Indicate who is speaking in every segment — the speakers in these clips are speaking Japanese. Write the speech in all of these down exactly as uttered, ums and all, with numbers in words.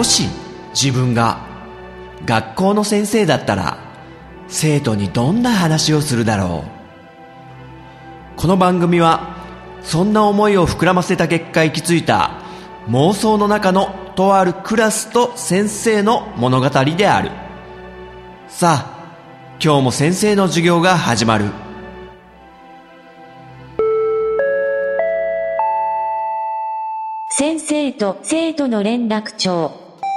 Speaker 1: もし自分が学校の先生だったら生徒にどんな話をするだろう。この番組はそんな思いを膨らませた結果行き着いた妄想の中のとあるクラスと先生の物語である。さあ、今日も先生の授業が始まる。
Speaker 2: 先生と生徒の連絡帳。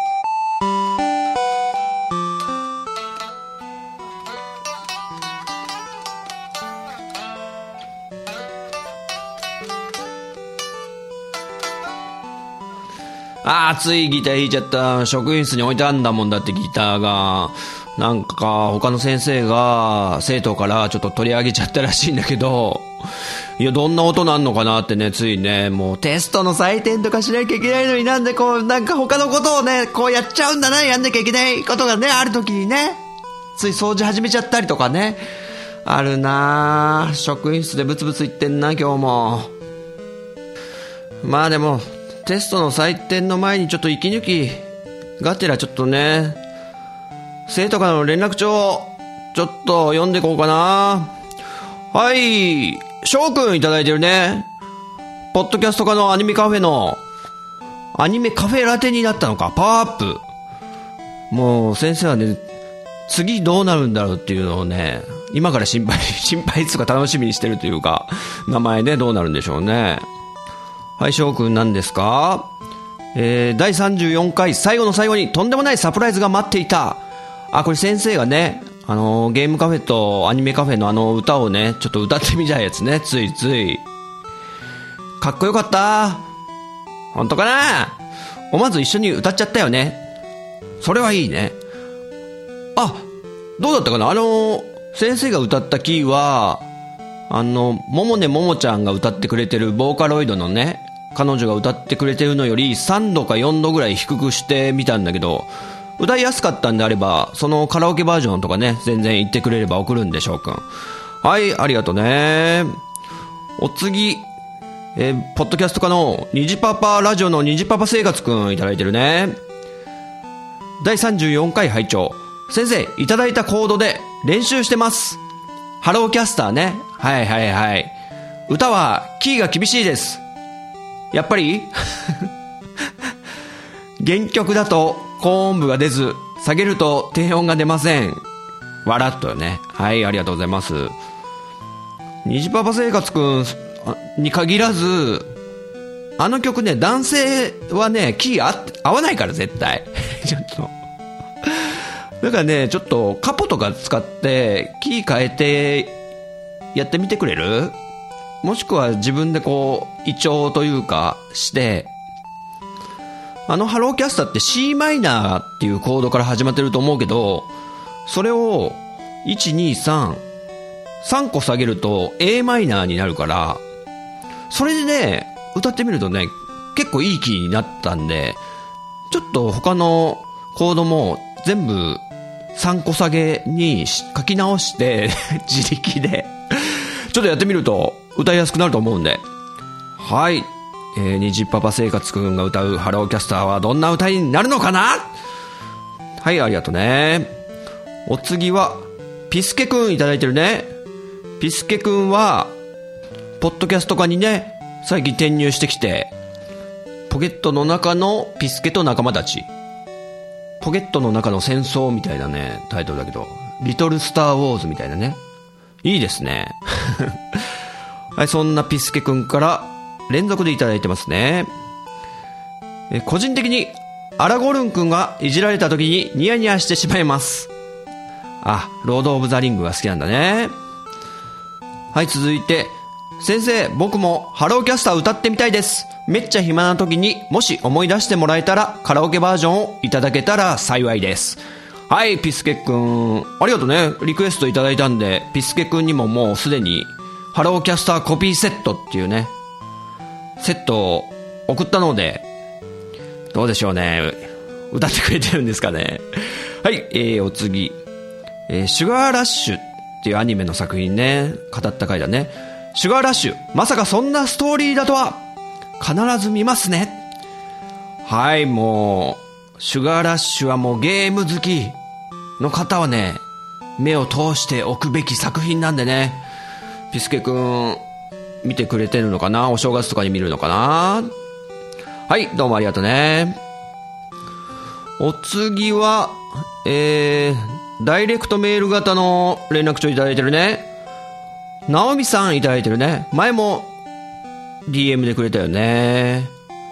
Speaker 1: あー、ついギター弾いちゃった。職員室に置いてあんだもんだってギターが。なんか他の先生が生徒からちょっと取り上げちゃったらしいんだけど、いや、どんな音なんのかなってね、ついね、もうテストの採点とかしなきゃいけないのに、なんでこう、なんか他のことをね、こうやっちゃうんだな、やんなきゃいけないことがね、ある時にね、つい掃除始めちゃったりとかね、あるなぁ。職員室でブツブツ言ってんな、今日も。まあでも、テストの採点の前にちょっと息抜きがてらちょっとね、生徒からの連絡帳、ちょっと読んでこうかな。はい、翔くんいただいてるね。ポッドキャスト科のアニメカフェの、アニメカフェラテになったのか、パワーアップ。もう先生はね、次どうなるんだろうっていうのをね、今から心配、心配つか楽しみにしてるというか、名前ね、どうなるんでしょうね。はい、翔くん何ですか？えー、だいさんじゅうよんかい最後の最後にとんでもないサプライズが待っていた。あ、これ先生がね、あのー、ゲームカフェとアニメカフェのあの歌をね、ちょっと歌ってみたやつね、ついつい。かっこよかった。本当かな？思わず一緒に歌っちゃったよね。それはいいね。あ、どうだったかな？あのー、先生が歌ったキーは、あの、ももねももちゃんが歌ってくれてるボーカロイドのね、彼女が歌ってくれてるのよりさんどかよんどぐらい低くしてみたんだけど、歌いやすかったんであれば、そのカラオケバージョンとかね、全然言ってくれれば送るんでしょうくん。はい、ありがとうね。お次、えー、ポッドキャスト科のにじパパラジオのにじパパ生活くんいただいてるね。だいさんじゅうよんかい拝聴。先生、いただいたコードで練習してます。ハローキャスターね。はいはいはい。歌はキーが厳しいです。やっぱり原曲だと高音部が出ず、下げると低音が出ません。笑っとよね。はい、ありがとうございます。虹パパ生活くんに限らず、あの曲ね、男性はね、キーあ合わないから絶対。ちょっと。だからね、ちょっとカポとか使ってキー変えてやってみてくれる？もしくは自分でこう、イチョウというかして、あのハローキャスターって C マイナーっていうコードから始まってると思うけど、それをいち、に、さん、さんこ下げると A マイナーになるから、それでね、歌ってみるとね、結構いいキーになったんで、ちょっと他のコードも全部さんこ下げに書き直して自力でちょっとやってみると歌いやすくなると思うんで、はい、えー、にじパパ生活くんが歌うハローキャスターはどんな歌になるのかな。はい、ありがとうね。お次はピスケくんいただいてるね。ピスケくんはポッドキャスト科にね、最近転入してきて、ポケットの中のピスケと仲間たち、ポケットの中の戦争みたいなね、タイトルだけど、リトルスターウォーズみたいなね。いいですね。はい、そんなピスケくんから連続でいただいてますね。え個人的にアラゴルンくんがいじられた時にニヤニヤしてしまいます。あ、ロードオブザリングが好きなんだね。はい、続いて、先生、僕もハローキャスター歌ってみたいです。めっちゃ暇な時にもし思い出してもらえたらカラオケバージョンをいただけたら幸いです。はい、ピスケくん、ありがとうね。リクエストいただいたんで、ピスケくんにももうすでにハローキャスターコピーセットっていうね、セットを送ったので、どうでしょうね、歌ってくれてるんですかね。はい、えー、お次、えー、シュガーラッシュっていうアニメの作品ね、語った回だね。シュガーラッシュ、まさかそんなストーリーだとは。必ず見ますね。はい、もうシュガーラッシュはもうゲーム好きの方はね、目を通しておくべき作品なんでね。ピスケくん、見てくれてるのかな？お正月とかに見るのかな？はい、どうもありがとうね。お次は、えー、ダイレクトメール型の連絡帳いただいてるね。なおみさんいただいてるね。前も ディーエム でくれたよね。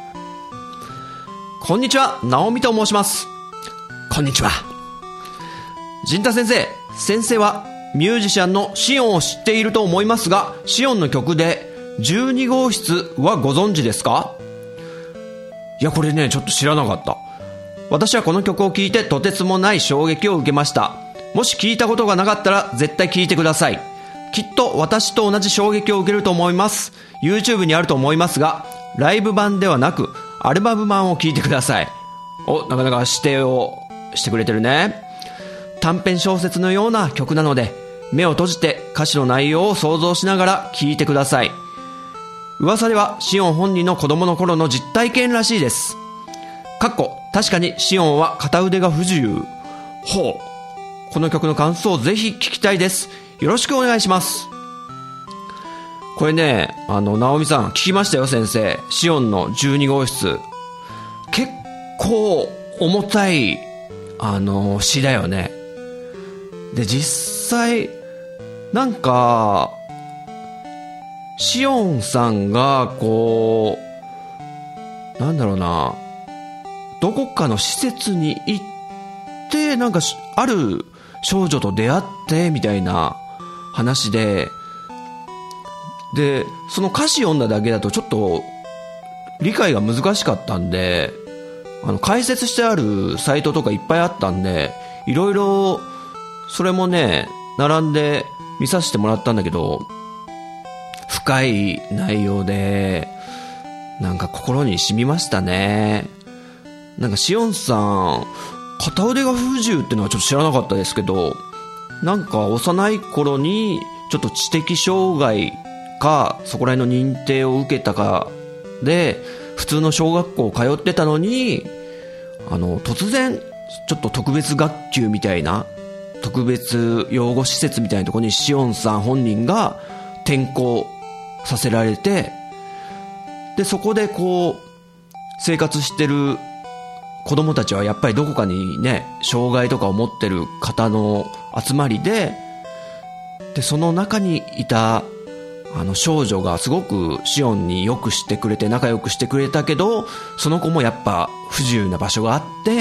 Speaker 1: こんにちは、なおみと申します。こんにちは。陣太先生、先生はミュージシャンのシオンを知っていると思いますが、シオンの曲でじゅうに号室はご存知ですか？いや、これね、ちょっと知らなかった。私はこの曲を聴いてとてつもない衝撃を受けました。もし聴いたことがなかったら絶対聴いてください。きっと私と同じ衝撃を受けると思います。 YouTube にあると思いますが、ライブ版ではなくアルバム版を聴いてください。お、なかなか指定をしてくれてるね。短編小説のような曲なので、目を閉じて歌詞の内容を想像しながら聴いてください。噂ではシオン本人の子供の頃の実体験らしいです。かっこ確かにシオンは片腕が不自由。ほう。この曲の感想をぜひ聞きたいです。よろしくお願いします。これね、あの直美さん聞きましたよ先生。シオンのじゅうに号室、結構重たいあの詩だよね。で実際なんかシオンさんがこうなんだろうな、どこかの施設に行ってなんかある少女と出会ってみたいな話で、でその歌詞読んだだけだとちょっと理解が難しかったんで、あの解説してあるサイトとかいっぱいあったんで、いろいろそれもね並んで見させてもらったんだけど、深い内容でなんか心に染みましたね。なんかシオンさん片腕が不自由ってのはちょっと知らなかったですけど、なんか幼い頃にちょっと知的障害かそこら辺の認定を受けたかで普通の小学校通ってたのに、あの突然ちょっと特別学級みたいな特別養護施設みたいなところにシオンさん本人が転校させられて、でそこでこう生活してる子供たちはやっぱりどこかにね障害とかを持ってる方の集まりで、でその中にいたあの少女がすごくシオンによくしてくれて仲良くしてくれたけど、その子もやっぱ不自由な場所があって、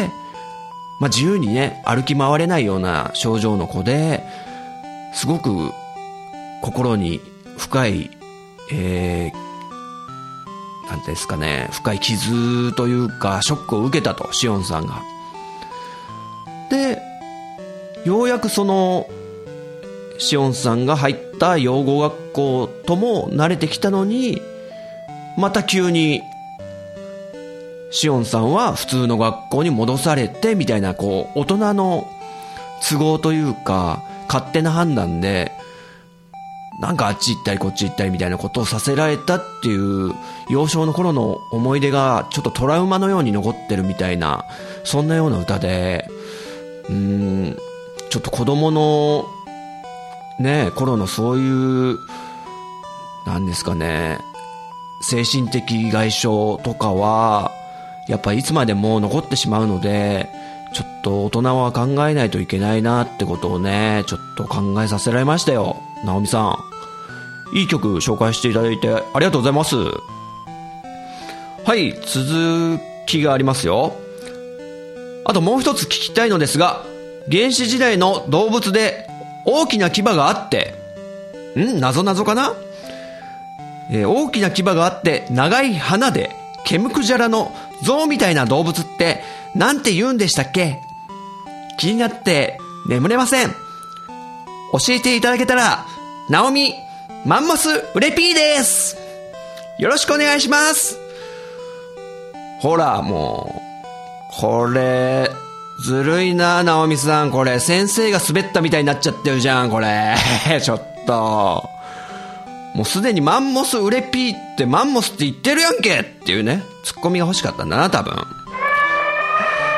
Speaker 1: まあ、自由にね歩き回れないような症状の子ですごく心に深い、えー、なんですかね、深い傷というかショックを受けたとシオンさんが。でようやくそのシオンさんが入った養護学校とも慣れてきたのに、また急にシオンさんは普通の学校に戻されてみたいな、こう大人の都合というか勝手な判断でなんかあっち行ったりこっち行ったりみたいなことをさせられたっていう幼少の頃の思い出がちょっとトラウマのように残ってるみたいな、そんなような歌で、うーんちょっと子供のね頃のそういうなんですかね、精神的外傷とかはやっぱいつまでも残ってしまうので、ちょっと大人は考えないといけないなってことをねちょっと考えさせられましたよ。直美さんいい曲紹介していただいてありがとうございます。はい、続きがありますよ。あともう一つ聞きたいのですが、原始時代の動物で大きな牙があってん謎謎かな、えー、大きな牙があって長い鼻で毛むくじゃらの象みたいな動物ってなんて言うんでしたっけ？気になって眠れません。教えていただけたら、ナオミマンモスウレピーです。よろしくお願いします。ほらもうこれずるいなナオミさん、これ先生が滑ったみたいになっちゃってるじゃんこれちょっともうすでにマンモスウレピーってマンモスって言ってるやんけっていうねツッコミが欲しかったんだな多分。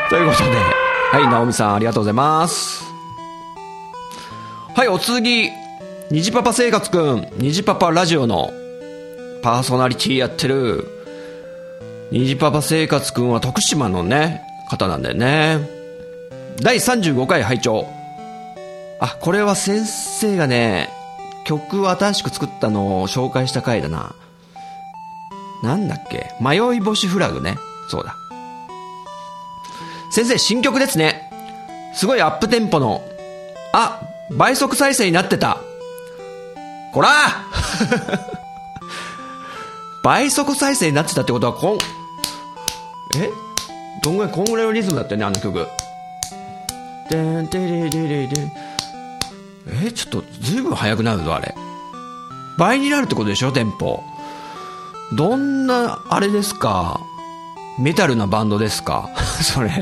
Speaker 1: ということで、はい、直美さんありがとうございます。はい、お次、虹パパ生活くん、虹パパラジオのパーソナリティやってる虹パパ生活くんは徳島のね方なんだよね。だいさんじゅうごかい拝聴。あ、これは先生がね曲を新しく作ったのを紹介した回だな。なんだっけ、迷い星フラグね。そうだ。先生新曲ですね。すごいアップテンポの、あ、倍速再生になってた。こら倍速再生になってたってことはこんえどんぐらい、こんぐらいのリズムだったよね、あの曲。でんてれれれれえちょっとずいぶん速くなるぞあれ。倍になるってことでしょ、テンポ。どんなあれですか、メタルなバンドですかそれ、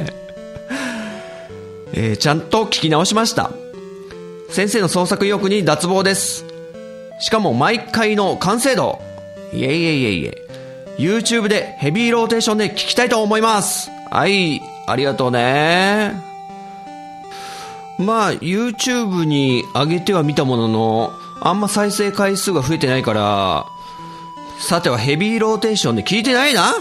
Speaker 1: えー、ちゃんと聞き直しました。先生の創作意欲に脱帽です。しかも毎回の完成度、いえいえいえいえ、 YouTube でヘビーローテーションで聞きたいと思います。はい、ありがとうね。まあ YouTube に上げてはみたものの、あんま再生回数が増えてないから、さてはヘビーローテーションで聞いてないな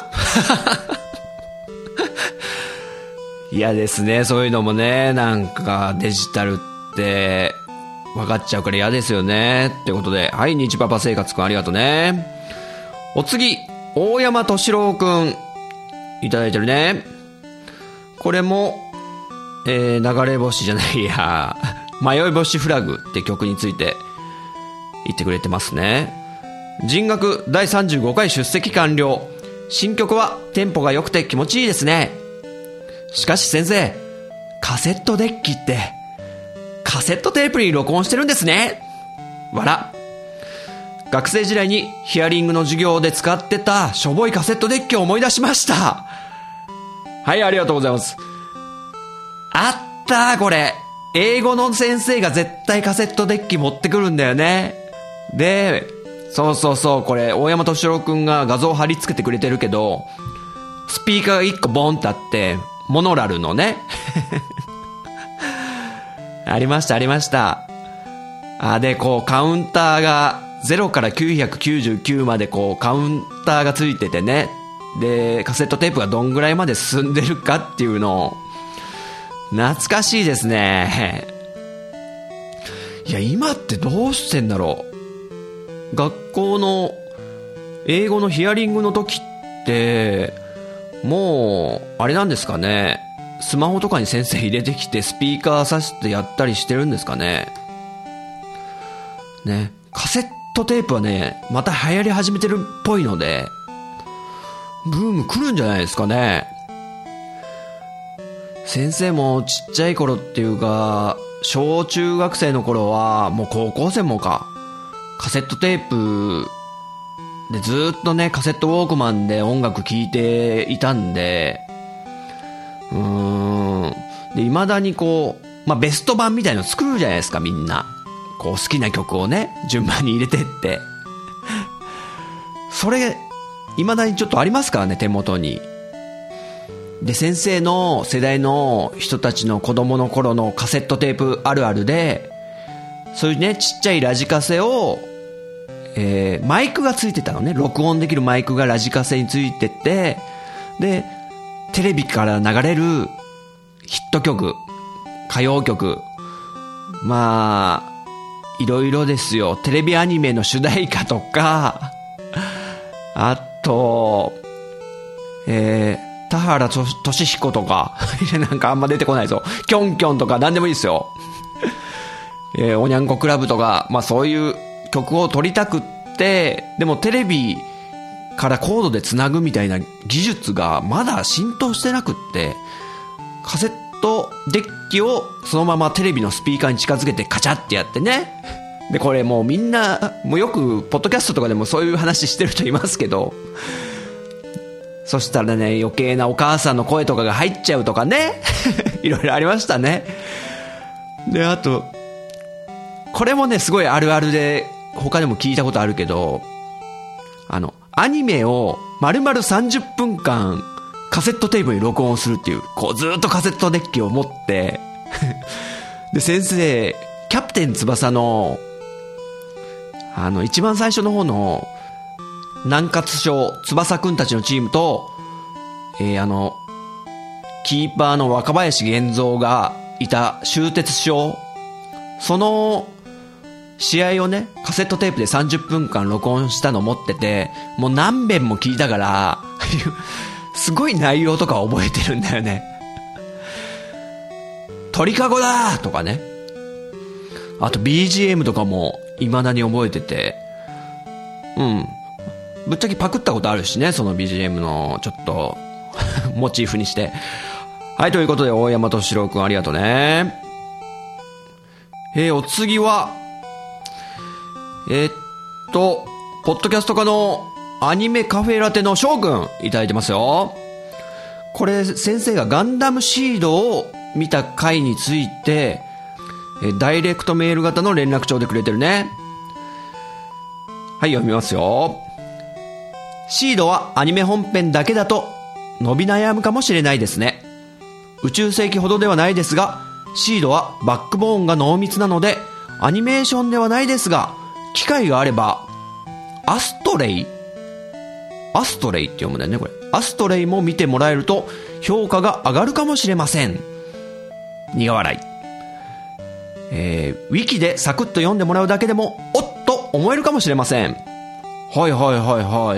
Speaker 1: 嫌ですね、そういうのもね。なんかデジタルって分かっちゃうから嫌ですよね。ってことで、はい、日パパ生活くんありがとうね。お次、大山敏郎くんいただいてるね。これも、えー、流れ星じゃないや迷い星フラグって曲について言ってくれてますね。人学だいさんじゅうごかい出席完了。新曲はテンポが良くて気持ちいいですね。しかし先生、カセットデッキってカセットテープに録音してるんですね。わら。学生時代にヒアリングの授業で使ってたしょぼいカセットデッキを思い出しました。はい、ありがとうございます。あったこれ、英語の先生が絶対カセットデッキ持ってくるんだよね。で、そうそうそう、これ大山敏郎くんが画像貼り付けてくれてるけど、スピーカーがいっこボンってあって、モノラルのねありましたありました。あ、でこうカウンターがゼロからきゅうひゃくきゅうじゅうきゅうまでこうカウンターがついててね、でカセットテープがどんぐらいまで進んでるかっていうのを、懐かしいですね。いや今ってどうしてんだろう。学校の英語のヒアリングの時ってもうあれなんですかね、スマホとかに先生入れてきてスピーカーさしてやったりしてるんですかね。ね、カセットテープはねまた流行り始めてるっぽいので、ブーム来るんじゃないですかね。先生もちっちゃい頃っていうか小中学生の頃はもう高校生もか、カセットテープでずっとねカセットウォークマンで音楽聴いていたんで、うーんで未だにこう、まあ、ベスト版みたいの作るじゃないですか、みんなこう好きな曲をね順番に入れてってそれ未だにちょっとありますからね、手元に。で先生の世代の人たちの子供の頃のカセットテープあるあるで、そういうねちっちゃいラジカセを、えー、マイクがついてたのね、録音できるマイクがラジカセについてて、でテレビから流れるヒット曲、歌謡曲、まあいろいろですよ。テレビアニメの主題歌とか、あとえー田原俊彦とかなんかあんま出てこないぞ、キョンキョンとか何でもいいですよえー、おにゃんこクラブとか、まあそういう曲を撮りたくって、でもテレビからコードでつなぐみたいな技術がまだ浸透してなくって、カセットデッキをそのままテレビのスピーカーに近づけてカチャってやってね。でこれもうみんなもうよくポッドキャストとかでもそういう話してる人いますけど、そしたらね余計なお母さんの声とかが入っちゃうとかねいろいろありましたね。であとこれもねすごいあるあるで他でも聞いたことあるけど、あのアニメを丸々さんじゅっぷんかんカセットテープに録音するっていう、こうずーっとカセットデッキを持ってで先生キャプテン翼のあの一番最初の方の南葛賞翼くんたちのチームと、えー、あのキーパーの若林源三がいた終鉄賞、その試合をねカセットテープでさんじゅっぷんかん録音したの持ってて、もう何遍も聞いたからすごい内容とか覚えてるんだよね。鳥かごだとかね、あと ビージーエム とかも未だに覚えてて、うんぶっちゃけパクったことあるしね、その ビージーエム のちょっとモチーフにして。はい、ということで大山敏郎くんありがとうね。えー、お次はえー、っとポッドキャスト家のアニメカフェラテの翔くんいただいてますよ。これ先生がガンダムシードを見た回についてえダイレクトメール型の連絡帳でくれてるね。はい、読みますよ。シードはアニメ本編だけだと伸び悩むかもしれないですね。宇宙世紀ほどではないですが、シードはバックボーンが濃密なのでアニメーションではないですが、機会があればアストレイアストレイって読むんだよね、これ。アストレイも見てもらえると評価が上がるかもしれません。苦笑い。えー、ウィキでサクッと読んでもらうだけでもおっと思えるかもしれません。はいはいはいはい。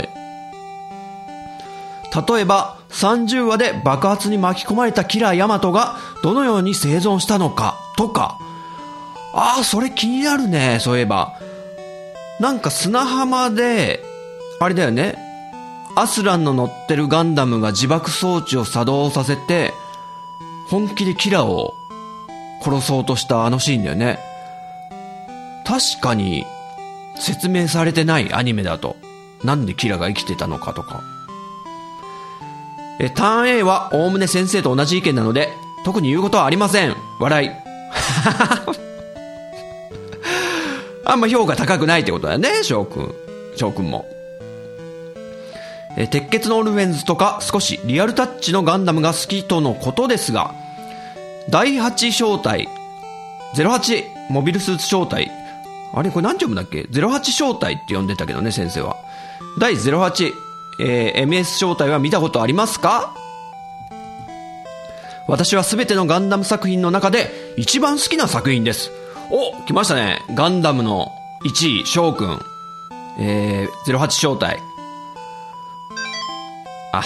Speaker 1: 例えばさんじゅうわで爆発に巻き込まれたキラーヤマトがどのように生存したのかとか。ああ、それ気になるね。そういえばなんか砂浜であれだよね、アスランの乗ってるガンダムが自爆装置を作動させて本気でキラーを殺そうとしたあのシーンだよね。確かに説明されてない、アニメだと。なんでキラーが生きてたのかとか。えターン A はおおむね先生と同じ意見なので特に言うことはありません。笑いあんま評価高くないってことだよね、翔くん翔くんも。え鉄血のオルフェンズとか少しリアルタッチのガンダムが好きとのことですが、だいはち小隊ゼロはちモビルスーツ小隊、あれこれ何て読むんだっけ、ゼロはち小隊って呼んでたけどね先生は。だいゼロはち、えー、エムエス 小隊は見たことありますか？私は全てのガンダム作品の中で一番好きな作品です。お、来ましたね。ガンダムのいちい翔くん、えー、ゼロはち小隊。あ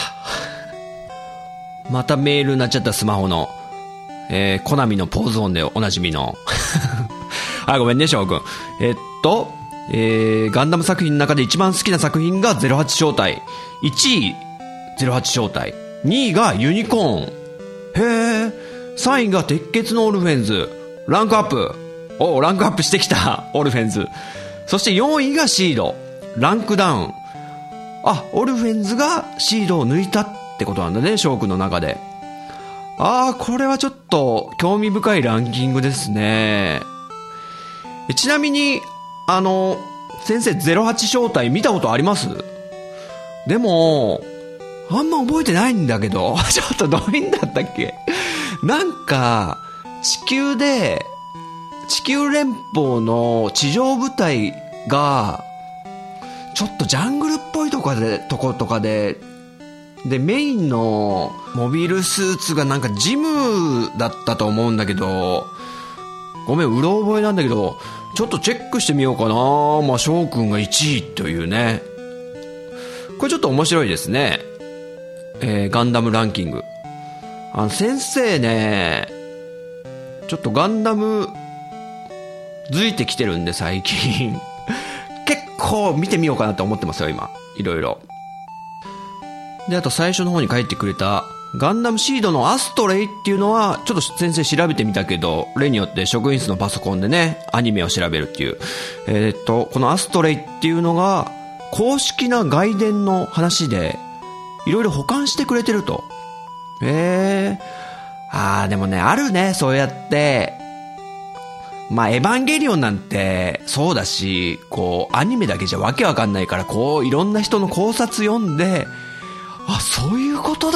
Speaker 1: またメールになっちゃった。スマホのえー、コナミのポーズ音でおなじみのあ、ごめんね翔くん。えっと、えー、ガンダム作品の中で一番好きな作品がゼロはち小隊、いちいゼロはち小隊、にいがユニコーン、へえ、さんいが鉄血のオルフェンズ、ランクアップ、おランクアップしてきたオルフェンズ。そしてよんいがシード、ランクダウン。あ、オルフェンズがシードを抜いたってことなんだね、翔くんの中で。ああ、これはちょっと興味深いランキングですね。ちなみにあの先生ゼロはち小隊見たことあります？でもあんま覚えてないんだけどちょっとどういうんだったっけ。なんか地球で地球連邦の地上部隊がちょっとジャングルっぽいとこでとことかででメインのモビルスーツがなんかジムだったと思うんだけど、ごめんうろ覚えなんだけどちょっとチェックしてみようかな。まあ翔くんがいちいというね、これちょっと面白いですね。えー、ガンダムランキング。あの先生ねちょっとガンダムづいてきてるんで最近結構見てみようかなって思ってますよ今いろいろ。であと最初の方に書いてくれたガンダムシードのアストレイっていうのはちょっと先生調べてみたけど、例によって職員室のパソコンでねアニメを調べるっていう、えー、っとこのアストレイっていうのが公式な外伝の話でいろいろ保管してくれてると。へえ。あーでもねあるねそうやって。まあエヴァンゲリオンなんてそうだし、こうアニメだけじゃわけわかんないから、こういろんな人の考察読んで、あそういうことだっ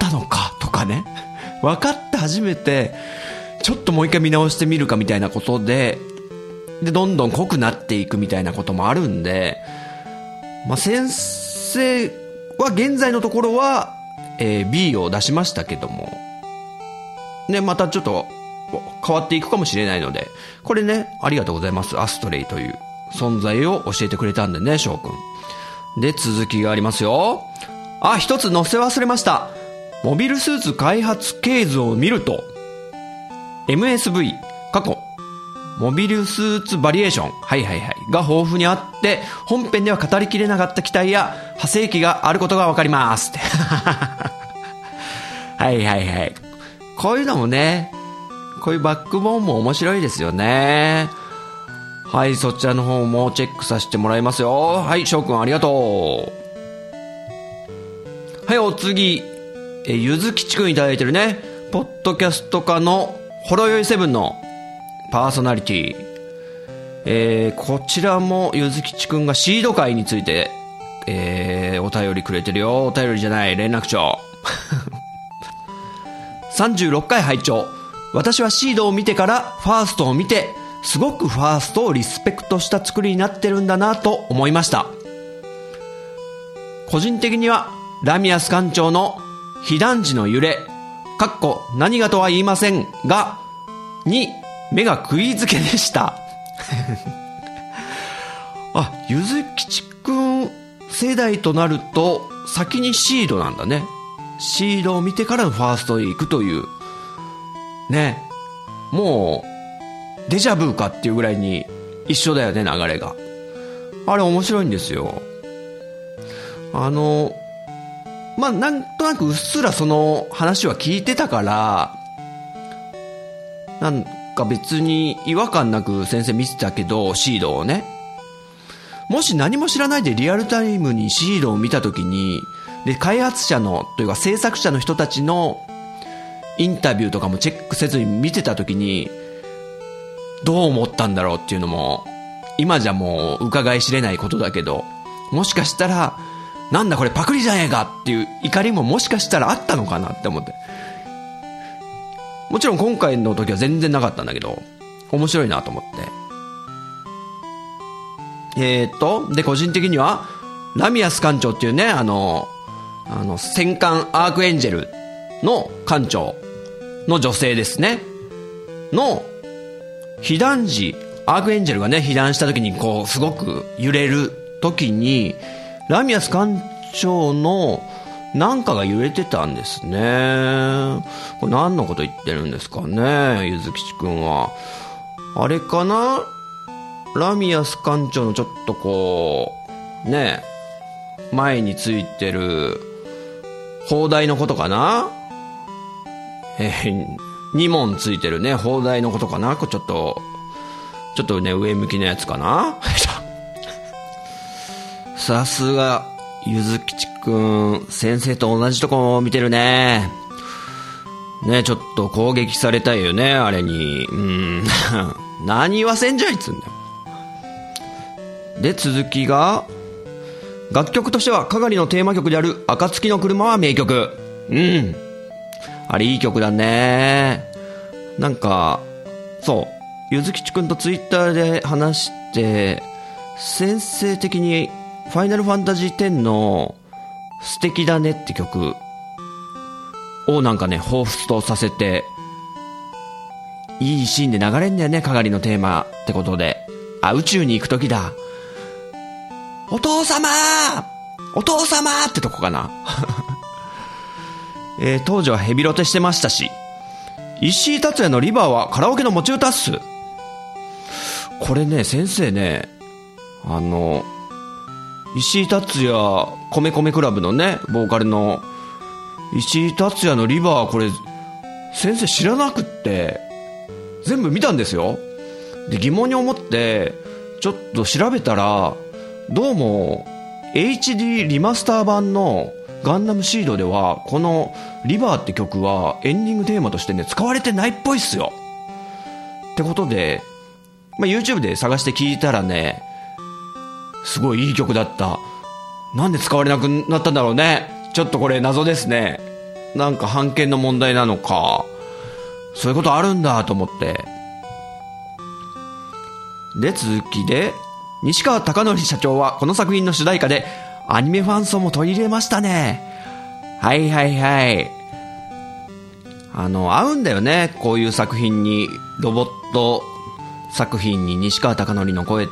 Speaker 1: ったのかとかね、分かって初めてちょっともう一回見直してみるかみたいなことで、でどんどん濃くなっていくみたいなこともあるんで、まあ、先生は現在のところは、えー、B を出しましたけどもね、またちょっと変わっていくかもしれないので、これね、ありがとうございます。アストレイという存在を教えてくれたんでね、翔くん。で、続きがありますよ。あ、一つ載せ忘れました。モビルスーツ開発経図を見ると エムエスブイ 過去モビルスーツバリエーション、はいはいはい、が豊富にあって、本編では語りきれなかった機体や派生機があることがわかりますってはいはいはい、こういうのもね、こういうバックボーンも面白いですよね。はい、そちらの方もチェックさせてもらいますよ。はい、翔くんありがとう。はい、お次、えゆずきちくんいただいてるね、ポッドキャスト化のほろよいセブンのパーソナリティ、えー、こちらもゆずきちくんがシード会について、えー、お便りくれてるよ。お便りじゃない、連絡帳さんじゅうろっかい拝聴。私はシードを見てからファーストを見て、すごくファーストをリスペクトした作りになってるんだなと思いました。個人的にはラミアス艦長の被弾時の揺れ、かっこ何がとは言いませんがに目が釘付けでしたあ、ゆずきちくん世代となると先にシードなんだね。シードを見てからのファーストへ行くというね、もうデジャブかっていうぐらいに一緒だよね、流れが。あれ面白いんですよ。あのまあなんとなくうっすらその話は聞いてたから、なんか別に違和感なく先生見てたけど、シードをね、もし何も知らないでリアルタイムにシードを見たときに、で開発者のというか制作者の人たちのインタビューとかもチェックせずに見てたときにどう思ったんだろうっていうのも今じゃもう伺い知れないことだけど、もしかしたらなんだこれパクリじゃねえかっていう怒りももしかしたらあったのかなって思って、もちろん今回の時は全然なかったんだけど面白いなと思って、えーっとで個人的にはラミアス艦長っていうね、あのあの戦艦アークエンジェルの艦長の女性ですねの被弾時、アークエンジェルがね被弾した時にこうすごく揺れる時にラミアス艦長のなんかが揺れてたんですね。これ何のこと言ってるんですかね、ゆずきちくんは。あれかな、ラミアス艦長のちょっとこうね前についてる砲台のことかな、えー、に門ついてるね砲台のことかな、これちょっとちょっとね上向きのやつかなさすがゆずきちくん、先生と同じとこ見てるね。ね、ちょっと攻撃されたいよね、あれに。うん。何言わせんじゃいっつうんだよ。で、続きが、楽曲としては、かがりのテーマ曲である、暁の車は名曲。うん。あれいい曲だね。なんか、そう、ゆずきちくんとツイッターで話して、先生的に、ファイナルファンタジーテンの素敵だねって曲をなんかね彷彿とさせて、いいシーンで流れんだよね、かがりのテーマってことで。あ、宇宙に行く時だ、お父様お父様ってとこかな、えー、当時はヘビロテしてましたし、石井達也のリバーはカラオケの持ち歌っす。これね先生ね、あの石井達也米米クラブのねボーカルの石井達也のリバー、これ先生知らなくって全部見たんですよ。で疑問に思ってちょっと調べたら、どうも エイチディー リマスター版のガンダムシードではこのリバーって曲はエンディングテーマとしてね使われてないっぽいっすよ。ってことで、まあ、YouTube で探して聞いたらね、すごいいい曲だった。なんで使われなくなったんだろうね。ちょっとこれ謎ですね。 なんか版権の問題なのか、そういうことあるんだと思って。で、続きで、西川貴教社長はこの作品の主題歌でアニメファンソンも取り入れましたね。はいはいはい。あの、合うんだよね。こういう作品に、ロボット作品に西川貴教の声って、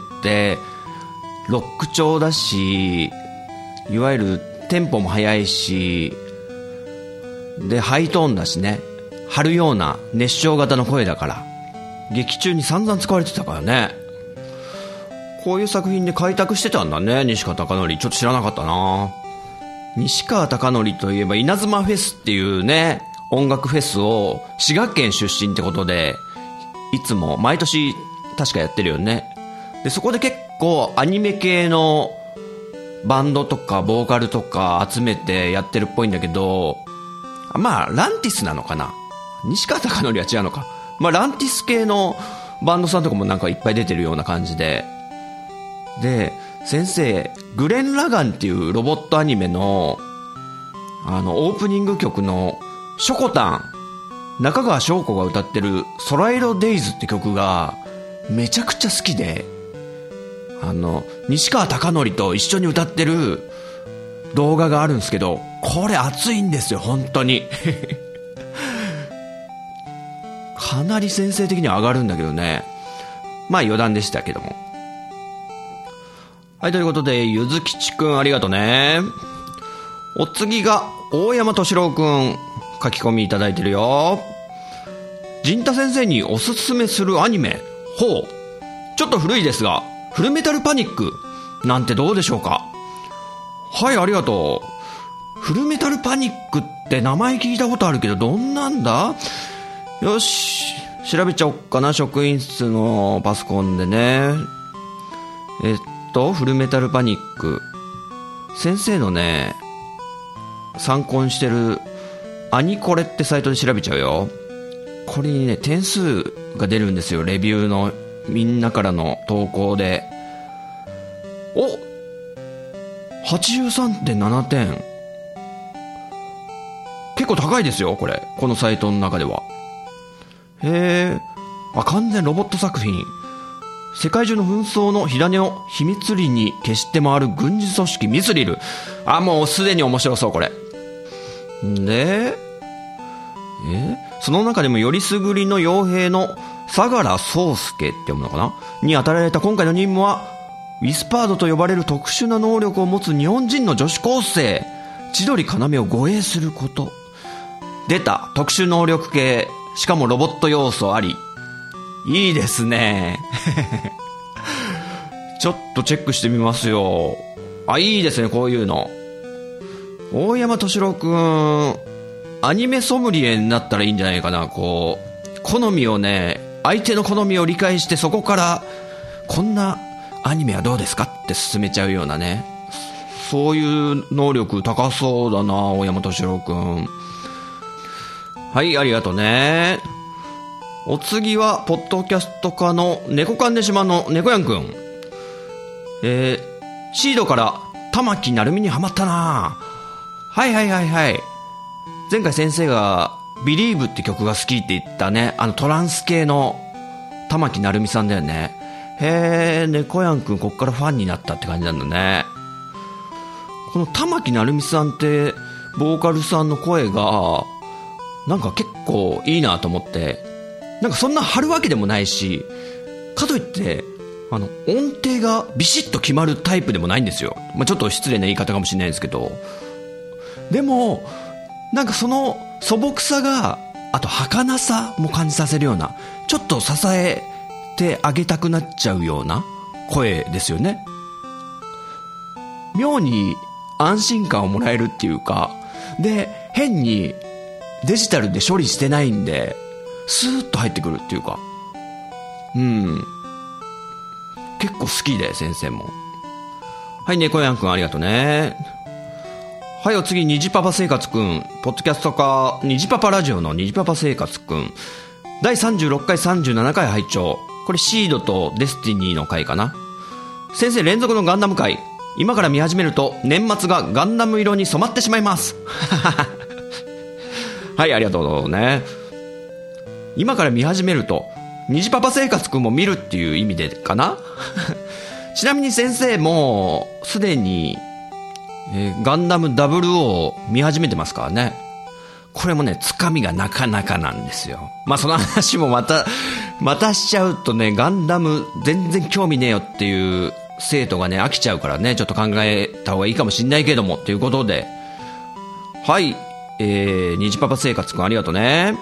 Speaker 1: ロック調だし、いわゆるテンポも速いし、で、ハイトーンだしね。張るような熱唱型の声だから。劇中に散々使われてたからね。こういう作品で開拓してたんだね、西川貴教。ちょっと知らなかったな。西川貴教といえば稲妻フェスっていうね、音楽フェスを滋賀県出身ってことで、いつも毎年確かやってるよね。で、そこで結構アニメ系のバンドとかボーカルとか集めてやってるっぽいんだけど、まあランティスなのかな。西川貴教は違うのか。まあランティス系のバンドさんとかもなんかいっぱい出てるような感じで、で、先生、グレン・ラガンっていうロボットアニメの、あの、オープニング曲の、ショコタン、中川翔子が歌ってる、空色デイズって曲が、めちゃくちゃ好きで、あの、西川貴教と一緒に歌ってる動画があるんですけど、これ熱いんですよ、本当に。かなり先生的には上がるんだけどね。まあ余談でしたけども。はい、ということで、ゆずきちくんありがとね。お次が、大山敏郎くん、書き込みいただいてるよ。陣太先生におすすめするアニメ、ほう。ちょっと古いですが、フルメタルパニック、なんてどうでしょうか。はい、ありがとう。フルメタルパニックって名前聞いたことあるけど、どんなんだ？よし、調べちゃおっかな、職員室のパソコンでね。えっと、フルメタルパニック。先生のね、参考にしてるアニコレってサイトで調べちゃうよ。これにね、点数が出るんですよ。レビューのみんなからの投稿で。お !はちじゅうさんてんななてん。結構高いですよ、これ。このサイトの中では。へえ。あ、完全ロボット作品。世界中の紛争の火種を秘密裏に消して回る軍事組織ミスリル。あ、もうすでに面白そう、これ。で、えその中でもよりすぐりの傭兵の相良宗介って読むのかなに与えられた今回の任務は、ウィスパードと呼ばれる特殊な能力を持つ日本人の女子高生、千鳥要を護衛すること。出た、特殊能力系、しかもロボット要素あり。いいですね。ちょっとチェックしてみますよ。あ、いいですね、こういうの。大山敏郎くん、アニメソムリエになったらいいんじゃないかな。こう、好みをね、相手の好みを理解して、そこから、こんなアニメはどうですかって進めちゃうようなね。そういう能力高そうだな、大山敏郎くん。はい、ありがとうね。お次は、ポッドキャスト家の猫かんで島の猫やんくん。えー、シードから玉木成美にハマったな。はいはいはいはい。前回先生が Believe って曲が好きって言ったね、あのトランス系の玉木成美さんだよね。へー、猫やんくんこっからファンになったって感じなんだね。この玉木成美さんって、ボーカルさんの声が、なんか結構いいなと思って、なんかそんな張るわけでもないし、かといって、あの、音程がビシッと決まるタイプでもないんですよ。まあ、ちょっと失礼な言い方かもしれないんですけど。でも、なんかその素朴さが、あと儚さも感じさせるような、ちょっと支えてあげたくなっちゃうような声ですよね。妙に安心感をもらえるっていうか、で、変にデジタルで処理してないんで、スーッと入ってくるっていうか、うん。結構好きで、先生も。はい、猫やんくんありがとうね。はい、お次、にじパパ生活くん。ポッドキャストか、にじパパラジオのにじパパ生活くん。だいさんじゅうろっかい、さんじゅうななかい拝聴。これシードとデスティニーの回かな。先生連続のガンダム回。今から見始めると、年末がガンダム色に染まってしまいます。 はい、ありがとうね。今から見始めると虹パパ生活くんも見るっていう意味でかなちなみに先生もすでに、えー、ガンダムダブルオーを見始めてますからね。これもね、つかみがなかなかなんですよ。まあその話もまたまたしちゃうとね、ガンダム全然興味ねえよっていう生徒がね飽きちゃうからね、ちょっと考えた方がいいかもしんないけどもということで、はい、えー、虹パパ生活くんありがとうね。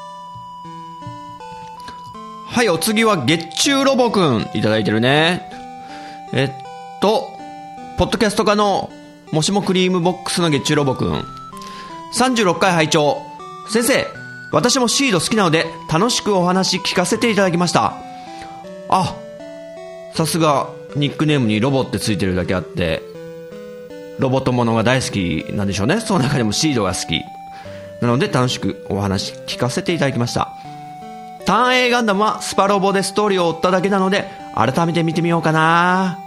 Speaker 1: はい、お次は月中ロボくんいただいてるね。えっとポッドキャスト家のもしもクリームボックスの月中ロボくん、さんじゅうろっかい拝聴。先生、私もシード好きなので楽しくお話聞かせていただきました。あ、さすがニックネームにロボってついてるだけあってロボットものが大好きなんでしょうね。その中でもシードが好きなので楽しくお話聞かせていただきました。ターン A ガンダムはスパロボでストーリーを追っただけなので改めて見てみようかな。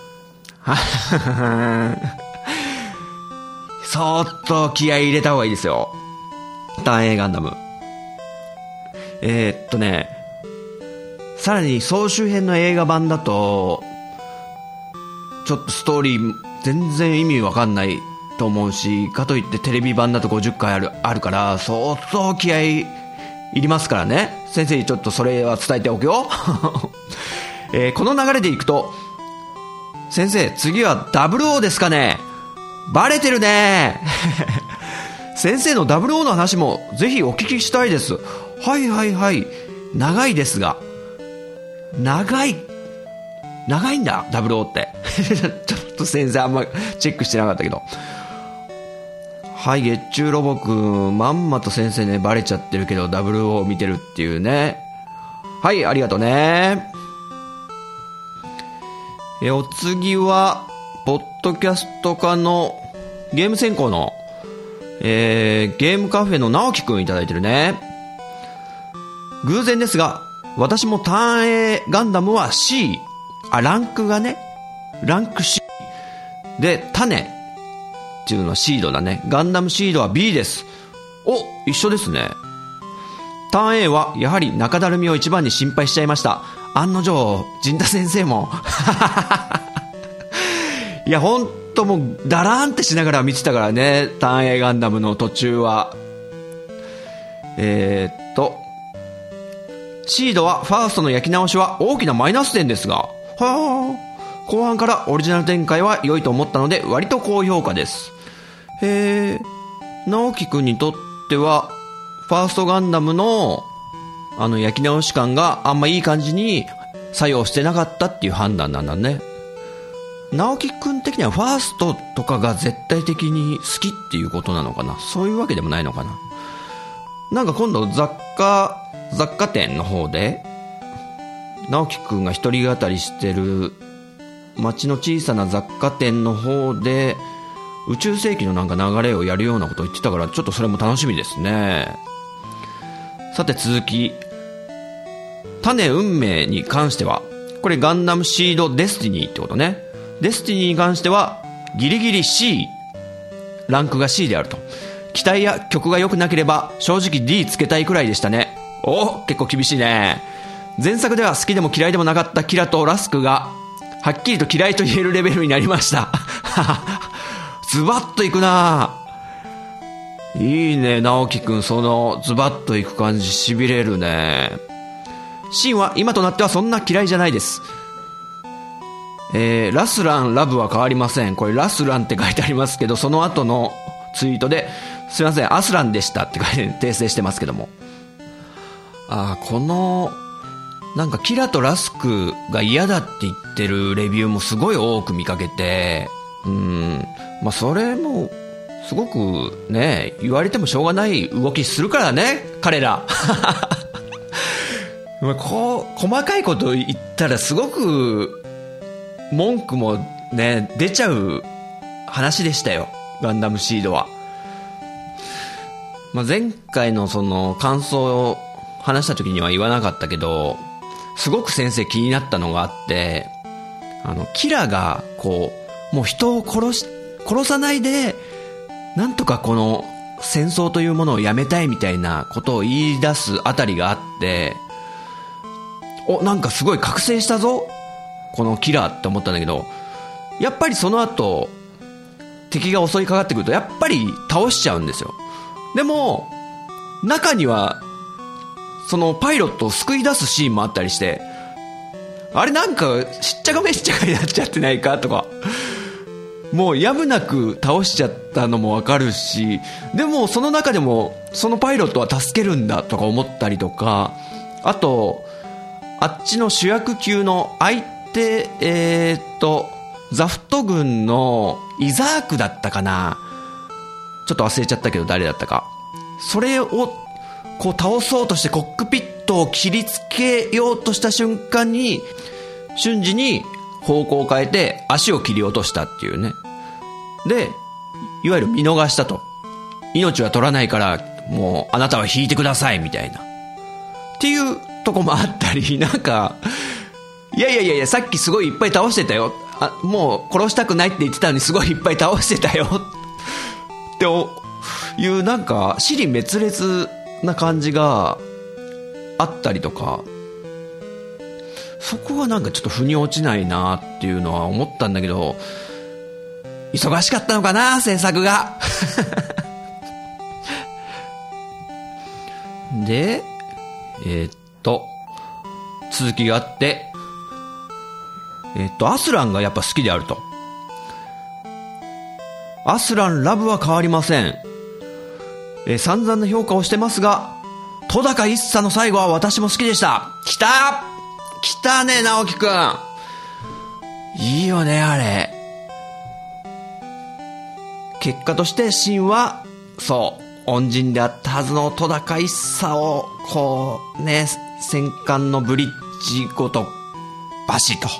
Speaker 1: そーっと気合い入れた方がいいですよ、ターン A ガンダム。えー、っとねさらに総集編の映画版だとちょっとストーリー全然意味わかんないと思うし、かといってテレビ版だとごじゅっかいある、あるから相当気合いいりますからね。先生にちょっとそれは伝えておくよ、えー、この流れでいくと先生次はダブルオーですかね。バレてるね先生のダブルオーの話もぜひお聞きしたいです。はいはいはい、長いですが長い長いんだダブルオーってちょっと先生あんまチェックしてなかったけど、はい、月中ロボくんまんまと先生ねバレちゃってるけどダブルオー見てるっていうね。はい、ありがとうね。えお次はポッドキャスト家のゲーム専攻の、えー、ゲームカフェの直樹くんいただいてるね。偶然ですが私もターン A ガンダムは C、 あ、ランクがねランク C で種っていうのはシードだね。ガンダムシードは B です。お、一緒ですね。ターン A はやはり中だるみを一番に心配しちゃいました。案の定陣田先生もいやほんともうダラーンってしながら見てたからね、ターン A ガンダムの途中は。えー、っとシードはファーストの焼き直しは大きなマイナス点ですが、はあ、後半からオリジナル展開は良いと思ったので割と高評価です。へえ、直樹くんにとってはファーストガンダムのあの焼き直し感があんまいい感じに作用してなかったっていう判断なんだね。直樹くん的にはファーストとかが絶対的に好きっていうことなのかな。そういうわけでもないのかな。なんか今度雑貨雑貨店の方で直樹くんが一人語りしてる街の小さな雑貨店の方で宇宙世紀のなんか流れをやるようなことを言ってたから、ちょっとそれも楽しみですね。さて続き、種運命に関してはこれガンダムシードデスティニーってことね。デスティニーに関してはギリギリ C、 ランクが C であると。機体や曲が良くなければ正直 D つけたいくらいでしたね。お、結構厳しいね。前作では好きでも嫌いでもなかったキラとラスクがはっきりと嫌いと言えるレベルになりましたズバッといくな。いいね直樹くん、そのズバッといく感じしびれるね。シンは今となってはそんな嫌いじゃないです。えー、ラスランラブは変わりません。これラスランって書いてありますけど、その後のツイートですいませんアスランでしたって書いて訂正してますけども、あ、このなんかキラとラスクが嫌だって言ってるレビューもすごい多く見かけて、うーん、まあそれもすごくね言われてもしょうがない動きするからね彼らこう細かいこと言ったらすごく文句もね出ちゃう話でしたよ、ガンダムシードは。まあ、前回のその感想を話した時には言わなかったけど、すごく先生気になったのがあって、あのキラがこうもう人を殺し殺さないでなんとかこの戦争というものをやめたいみたいなことを言い出すあたりがあって、お、なんかすごい覚醒したぞこのキラーって思ったんだけど、やっぱりその後敵が襲いかかってくるとやっぱり倒しちゃうんですよ。でも中にはそのパイロットを救い出すシーンもあったりして、あれなんかしっちゃかめっちゃかになっちゃってないかとか、もうやむなく倒しちゃったのもわかるし、でもその中でもそのパイロットは助けるんだとか思ったりとか、あとあっちの主役級の相手、えーっとザフト軍のイザークだったかな、ちょっと忘れちゃったけど誰だったか、それをこう倒そうとしてコックピットを切りつけようとした瞬間に瞬時に方向を変えて足を切り落としたっていうね。でいわゆる見逃したと、命は取らないからもうあなたは引いてくださいみたいなっていうとこもあったり、なんかいやいやいやいやさっきすごいいっぱい倒してたよ、あもう殺したくないって言ってたのにすごいいっぱい倒してたよっていうなんか支離滅裂な感じがあったりとか、そこはなんかちょっと腑に落ちないなっていうのは思ったんだけど、忙しかったのかな制作がでえー、っと続きがあって、えー、っとアスランがやっぱ好きであると。アスランラブは変わりません。えー、散々な評価をしてますが、戸高一茶の最後は私も好きでした。きた来たね直樹くん、いいよねあれ。結果としてシンはそう恩人であったはずの戸高一茶をこうね戦艦のブリッジごとバシッと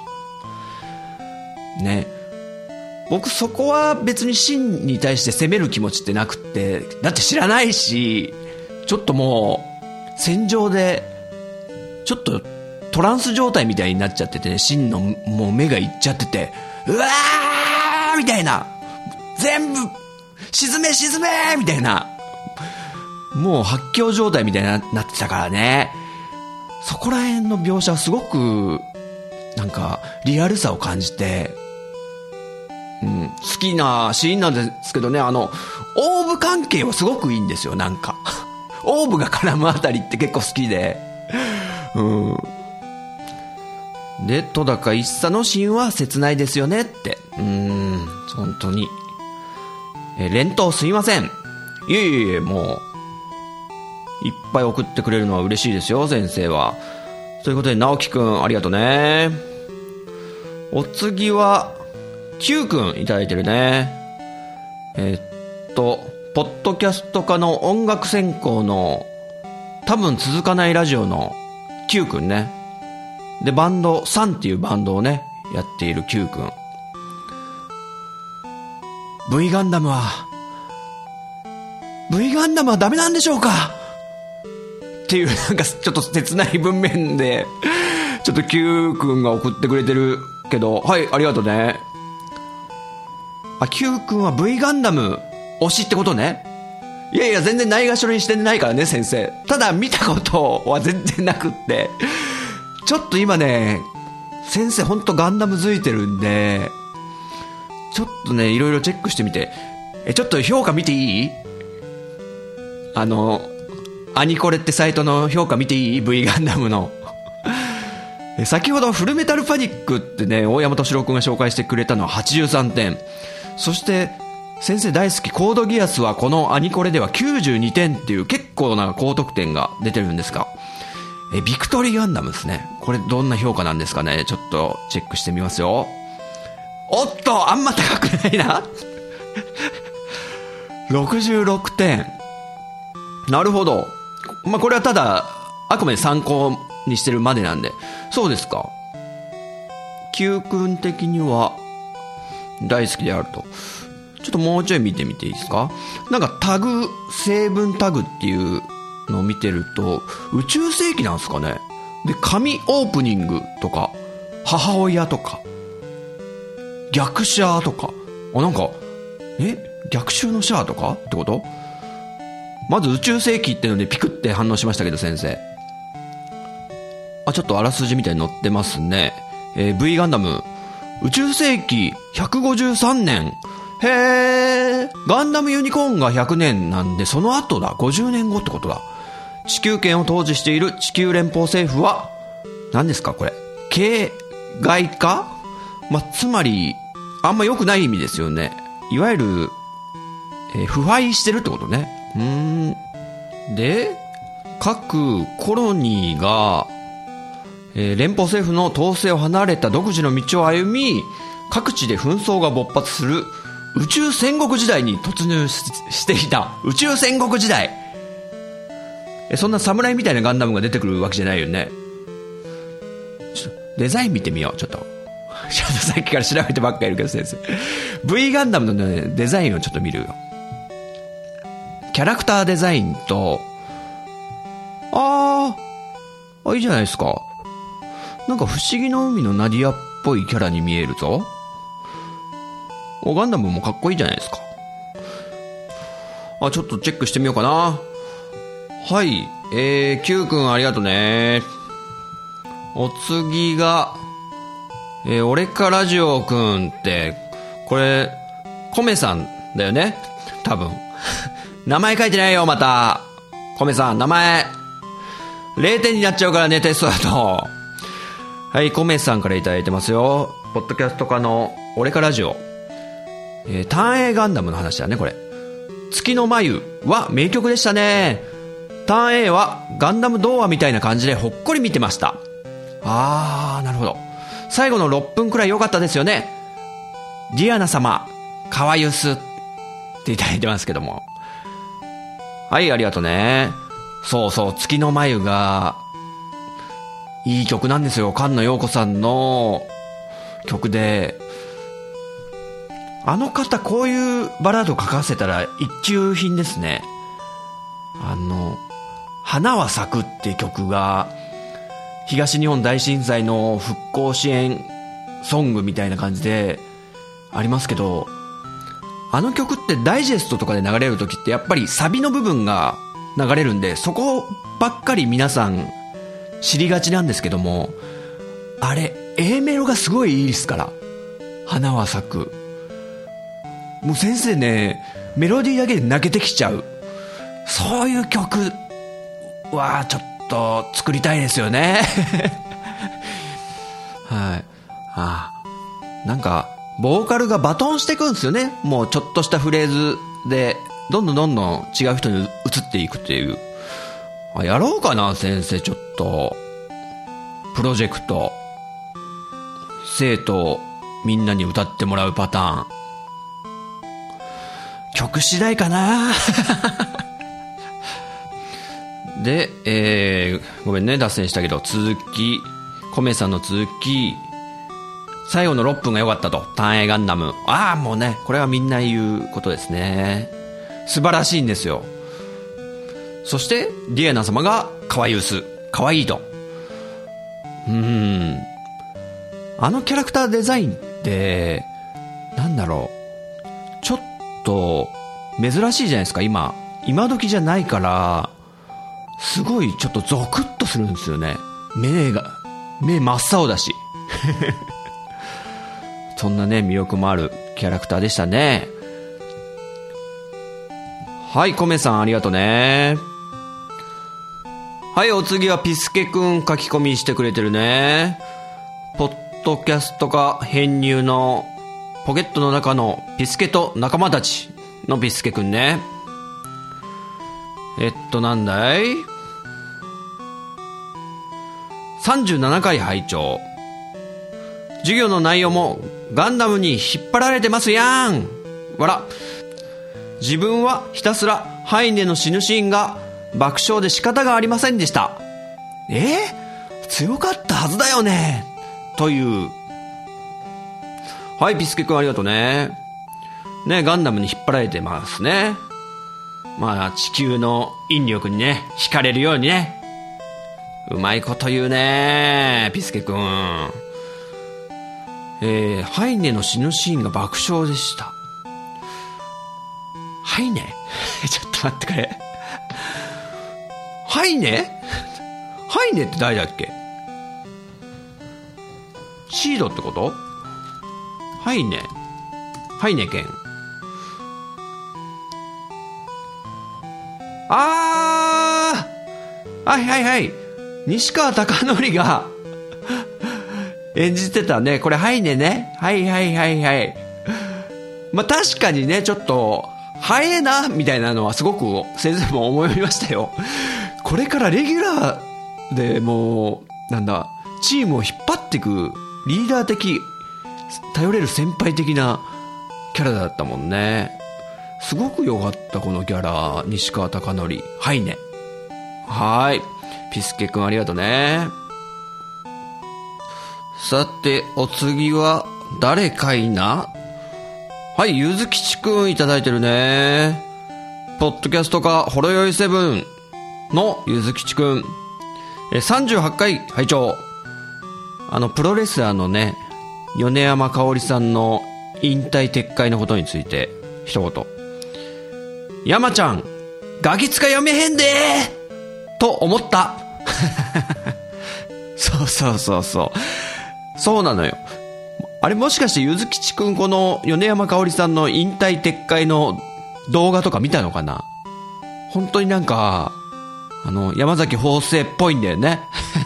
Speaker 1: ね。僕そこは別にシンに対して責める気持ちってなくって、だって知らないし、ちょっともう戦場でちょっとトランス状態みたいになっちゃっててね、シンのもう目がいっちゃってて、うわーみたいな、全部沈め沈めみたいな、もう発狂状態みたいになってたからね。そこら辺の描写はすごくなんかリアルさを感じて、うん、好きなシーンなんですけどね、あのオーブ関係はすごくいいんですよ。なんかオーブが絡むあたりって結構好きで、うんで戸高一茶のシーンは切ないですよねって。うーん本当にえ連投すいません。いえいえいえ、もういっぱい送ってくれるのは嬉しいですよ先生は。ということで直樹くんありがとうね。お次は Q くんいただいてるね。えー、っとポッドキャスト科の音楽専攻の多分続かないラジオの Q くんね。でバンドサンっていうバンドをねやっている Q くん。 V ガンダムは V ガンダムはダメなんでしょうかっていうなんかちょっと切ない文面でちょっと Q くんが送ってくれてるけど、はいありがとうね。あ Q くんは V ガンダム推しってことね。いやいや全然ないがしろにしてないからね先生。ただ見たことは全然なくって、ちょっと今ね先生ほんとガンダムづいてるんで、ちょっとねいろいろチェックしてみて。えちょっと評価見ていい？あのアニコレってサイトの評価見ていい？ V ガンダムのえ先ほどフルメタルパニックってね大山敏郎くんが紹介してくれたのははちじゅうさんてん、そして先生大好きコードギアスはこのアニコレではきゅうじゅうにてんっていう結構な高得点が出てるんですが、えビクトリーガンダムですね。これどんな評価なんですかね。ちょっとチェックしてみますよ。おっとあんま高くないなろくじゅうろくてん。なるほど。まあこれはただあくまで参考にしてるまでなんで。そうですか。Qくん的には大好きであると。ちょっともうちょい見てみていいですか。なんかタグ成分タグっていうのを見てると宇宙世紀なんですかね。で神オープニングとか母親とか逆シャーとか、あなんかえ逆襲のシャーとかってことまず宇宙世紀ってのでピクって反応しましたけど、先生。あ、ちょっとあらすじみたいに載ってますね。えー、V ガンダム、宇宙世紀ひゃくごじゅうさんねん。へー。ガンダムユニコーンがひゃくねんなんで、その後だ。ごじゅうねんごってことだ。地球圏を統治している地球連邦政府は、何ですかこれ。形骸化？まあ、つまり、あんま良くない意味ですよね。いわゆる、えー、腐敗してるってことね。うーん。で、各コロニーが、えー、連邦政府の統制を離れた独自の道を歩み、各地で紛争が勃発する宇宙戦国時代に突入 し, していた。宇宙戦国時代。え、そんな侍みたいなガンダムが出てくるわけじゃないよね。ちょっとデザイン見てみよう、ちょっと。ちょっとさっきから調べてばっかりいるけど先生。V ガンダムの、ね、デザインをちょっと見るよ。キャラクターデザインと、あー、あ、いいじゃないですか。なんか不思議の海のナディアっぽいキャラに見えるぞ。お、ガンダムもかっこいいじゃないですか。あ、ちょっとチェックしてみようかな。はい。えー、Q 君ありがとね。お次が、えー、俺かラジオ君って、これ、コメさんだよね多分。名前書いてないよ、また。コメさん、名前。れいてんになっちゃうからね、テストだと。はい、コメさんからいただいてますよ。ポッドキャスト化の俺かラジオ。えー、単影ガンダムの話だね、これ。月の眉は名曲でしたね。単影はガンダム童話みたいな感じでほっこり見てました。あー、なるほど。最後のろっぷんくらい良かったですよね。ディアナ様、かわゆすっていただいてますけども。はい、ありがとね。そうそう、月の眉がいい曲なんですよ。菅野陽子さんの曲で、あの方こういうバラード書かせたら一級品ですね。あの花は咲くっていう曲が東日本大震災の復興支援ソングみたいな感じでありますけど、あの曲ってダイジェストとかで流れる時ってやっぱりサビの部分が流れるんで、そこばっかり皆さん知りがちなんですけども、あれ A メロがすごいいいですから。花は咲く、もう先生ね、メロディーだけで泣けてきちゃう。そういう曲はちょっと作りたいですよね。はい。ああ、なんかボーカルがバトンしていくんですよね。もうちょっとしたフレーズでどんどんどんどん違う人に移っていくっていう。あ、やろうかな先生、ちょっとプロジェクト、生徒みんなに歌ってもらうパターン。曲次第かな。で、えー、ごめんね脱線したけど、続き、コメさんの続き、最後のろっぷんが良かったと。単影ガンダム、ああもうね、これはみんな言うことですね。素晴らしいんですよ。そしてディアナ様がかわゆす、かわいいと。うーん、あのキャラクターデザインってなんだろう、ちょっと珍しいじゃないですか。今今時じゃないから、すごいちょっとゾクッとするんですよね。目が目真っ青だし。そんなね魅力もあるキャラクターでしたね。はい、コメさんありがとね。はい、お次はピスケくん、書き込みしてくれてるね。ポッドキャスト化編入のポケットの中のピスケと仲間たちのピスケくんね。えっとなんだい、さんじゅうななかい拝聴。授業の内容もガンダムに引っ張られてますやん。わら。自分はひたすらハイネの死ぬシーンが爆笑で仕方がありませんでした。えー、強かったはずだよねという。はい、ピスケくんありがとうね。ね、ガンダムに引っ張られてますね。まあ地球の引力にね惹かれるようにね。うまいこと言うねピスケくん。えー、ハイネの死ぬシーンが爆笑でした。ハイネちょっと待ってくれ。 ハイネハイネって誰だっけ？シードってこと？ハイネハイネケン。あー、はいはいはい、西川貴教が演じてたね、これハイネね。はいはいはいはい。まあ確かにね、ちょっと早えなみたいなのはすごく先生も思いましたよ。これからレギュラーでもうなんだ、チームを引っ張っていくリーダー的、頼れる先輩的なキャラだったもんね。すごく良かった、このキャラ。西川貴教、はいね。はい、ピスケくんありがとうね。さてお次は誰かいな。はい、ゆずきちくんいただいてるね。ポッドキャストかほろよいセブンのゆずきちくん、えさんじゅうはちかい拝聴。あのプロレスラーのね、米山香織さんの引退撤回のことについて一言。山ちゃんガキ使読めへんでーと思ったそうそうそうそうそうなのよ。あれもしかしてゆずきちくん、この米山香織さんの引退撤回の動画とか見たのかな。本当になんかあの山崎邦生っぽいんだよね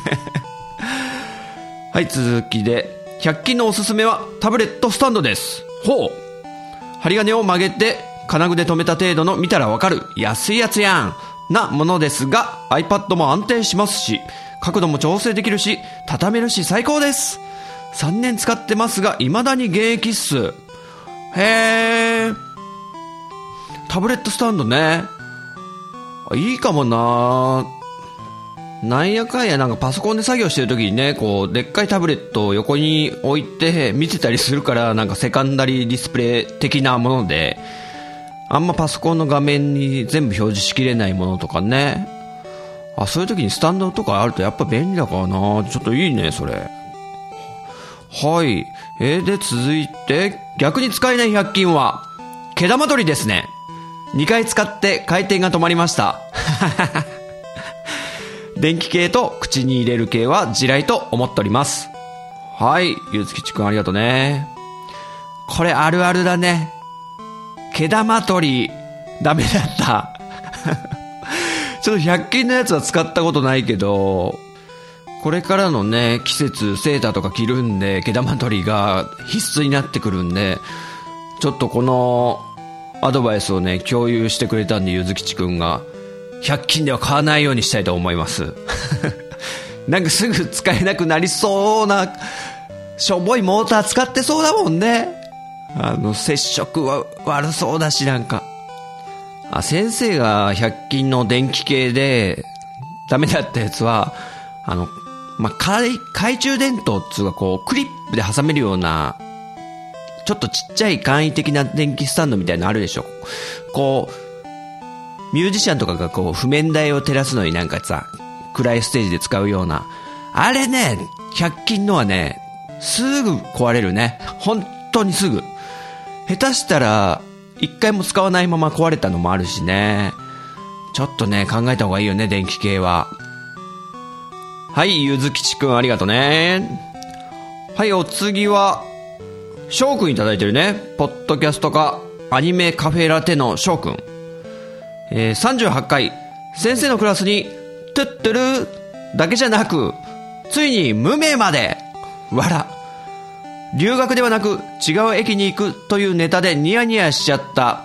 Speaker 1: はい、続きでひゃく均のおすすめはタブレットスタンドです。ほう、針金を曲げて金具で留めた程度の見たらわかる安いやつやんなものですが、 iPad も安定しますし角度も調整できるし畳めるし最高です。さんねん使ってますが未だに現役っす。へー、タブレットスタンドね、いいかもな。なんやかんやなんかパソコンで作業してる時にね、こうでっかいタブレットを横に置いて見てたりするから、なんかセカンダリーディスプレイ的なもので、あんまパソコンの画面に全部表示しきれないものとかね、あ、そういう時にスタンドとかあるとやっぱ便利だからな。ちょっといいねそれ。はい、えー、で続いて逆に使えないひゃく均は毛玉取りですね。にかい使って回転が止まりました電気系と口に入れる系は地雷と思っております。はい、ゆうつきちくんありがとうね。これあるあるだね。毛玉取りダメだったちょっとひゃく均のやつは使ったことないけど、これからのね季節セーターとか着るんで毛玉取りが必須になってくるんで、ちょっとこのアドバイスをね共有してくれたんで、ゆずきちくんがひゃく均では買わないようにしたいと思いますなんかすぐ使えなくなりそうなしょぼいモーター使ってそうだもんね。あの接触は悪そうだし、なんかあ、先生がひゃく均の電気系でダメだったやつはあの、まあ、懐中電灯っつうかこうクリップで挟めるようなちょっとちっちゃい簡易的な電気スタンドみたいなのあるでしょ。こうミュージシャンとかがこう譜面台を照らすのになんかさ、暗いステージで使うようなあれね、ひゃく均のはねすぐ壊れるね。本当にすぐ。下手したら一回も使わないまま壊れたのもあるしね。ちょっとね考えた方がいいよね、電気系は。はい、ゆずきちくんありがとね。はい、お次はしょうくんいただいてるね。ポッドキャストかアニメカフェラテのしょうくん、えー、さんじゅうはちかい先生のクラスにトゥットゥルだけじゃなくついに無名までわら、留学ではなく違う駅に行くというネタでニヤニヤしちゃった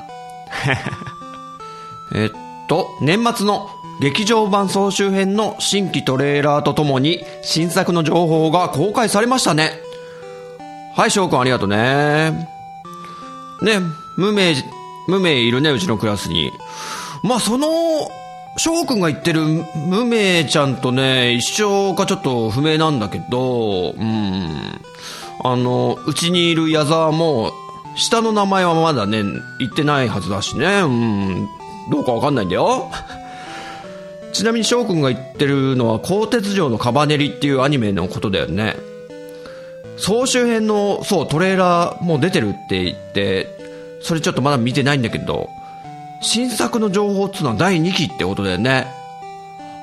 Speaker 1: えっと年末の劇場版総集編の新規トレーラーとともに新作の情報が公開されましたね。はい、翔くんありがとうね。ね、無名無名いるね、うちのクラスに。まあその翔くんが言ってる無名ちゃんとね一緒かちょっと不明なんだけど、うん、あのうちにいる矢沢も下の名前はまだね言ってないはずだしね、うん、どうかわかんないんだよちなみに翔くんが言ってるのは鋼鉄城のカバネリっていうアニメのことだよね。総集編のそうトレーラーもう出てるって言って、それちょっとまだ見てないんだけど、新作の情報っつうのはだいにきってことだよね。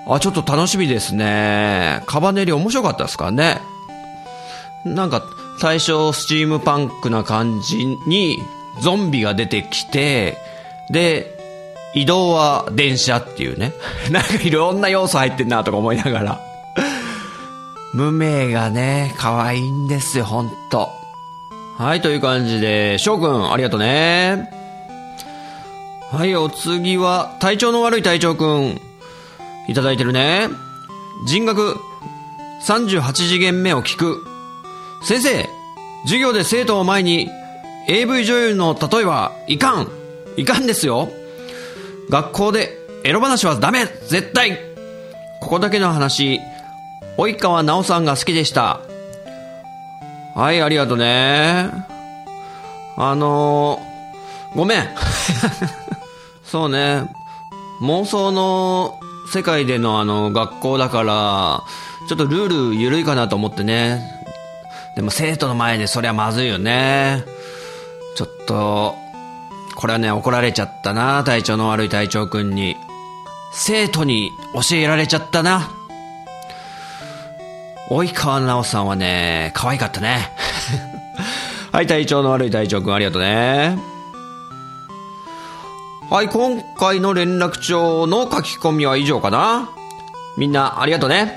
Speaker 1: あ、ちょっと楽しみですね。カバネリ面白かったですからね。なんか最初スチームパンクな感じにゾンビが出てきて、で移動は電車っていうねなんかいろんな要素入ってんなとか思いながら無名がね可愛いんですよ、ほんと。はい、という感じで翔くんありがとね。はい、お次は体調の悪い隊長くんいただいてるね。人学さんじゅうはち次元目を聞く。先生、授業で生徒を前に エーブイ 女優の例えはいかんいかんですよ。学校でエロ話はダメ、絶対。ここだけの話、及川奈緒さんが好きでした。はい、ありがとね。あのー、ごめんそうね、妄想の世界でのあの学校だからちょっとルール緩いかなと思ってね。でも生徒の前でそりゃまずいよね。ちょっとこれはね怒られちゃったな、体調の悪い隊長くんに。生徒に教えられちゃったな。及川奈緒さんはね可愛かったねはい、体調の悪い隊長くんありがとね。はい、今回の連絡帳の書き込みは以上かな。みんなありがとね。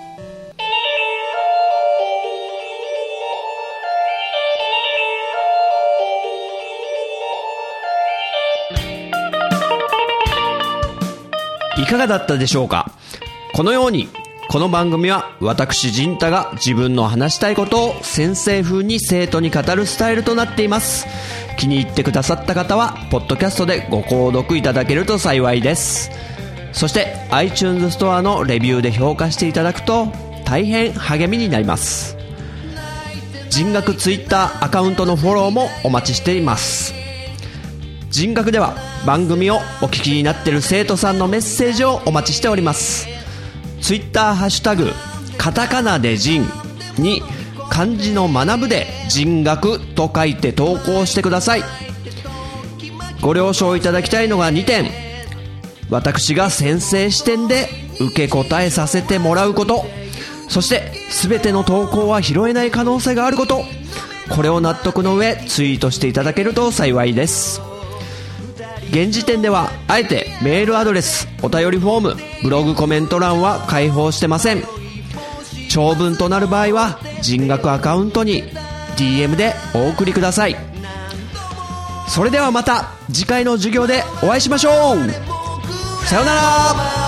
Speaker 1: いかがだったでしょうか。このようにこの番組は私陣太が自分の話したいことを先生風に生徒に語るスタイルとなっています。気に入ってくださった方はポッドキャストでご購読いただけると幸いです。そして iTunes ストアのレビューで評価していただくと大変励みになります。人学 Twitter アカウントのフォローもお待ちしています。人学では番組をお聞きになっている生徒さんのメッセージをお待ちしております。ツイッターハッシュタグカタカナで人に漢字の学ぶで人学と書いて投稿してください。ご了承いただきたいのがにてん。私が先生視点で受け答えさせてもらうこと、そして全ての投稿は拾えない可能性があること、これを納得の上ツイートしていただけると幸いです。現時点ではあえてメールアドレス、お便りフォーム、ブログコメント欄は開放してません。長文となる場合は人学アカウントに ディーエム でお送りください。それではまた次回の授業でお会いしましょう。さようなら。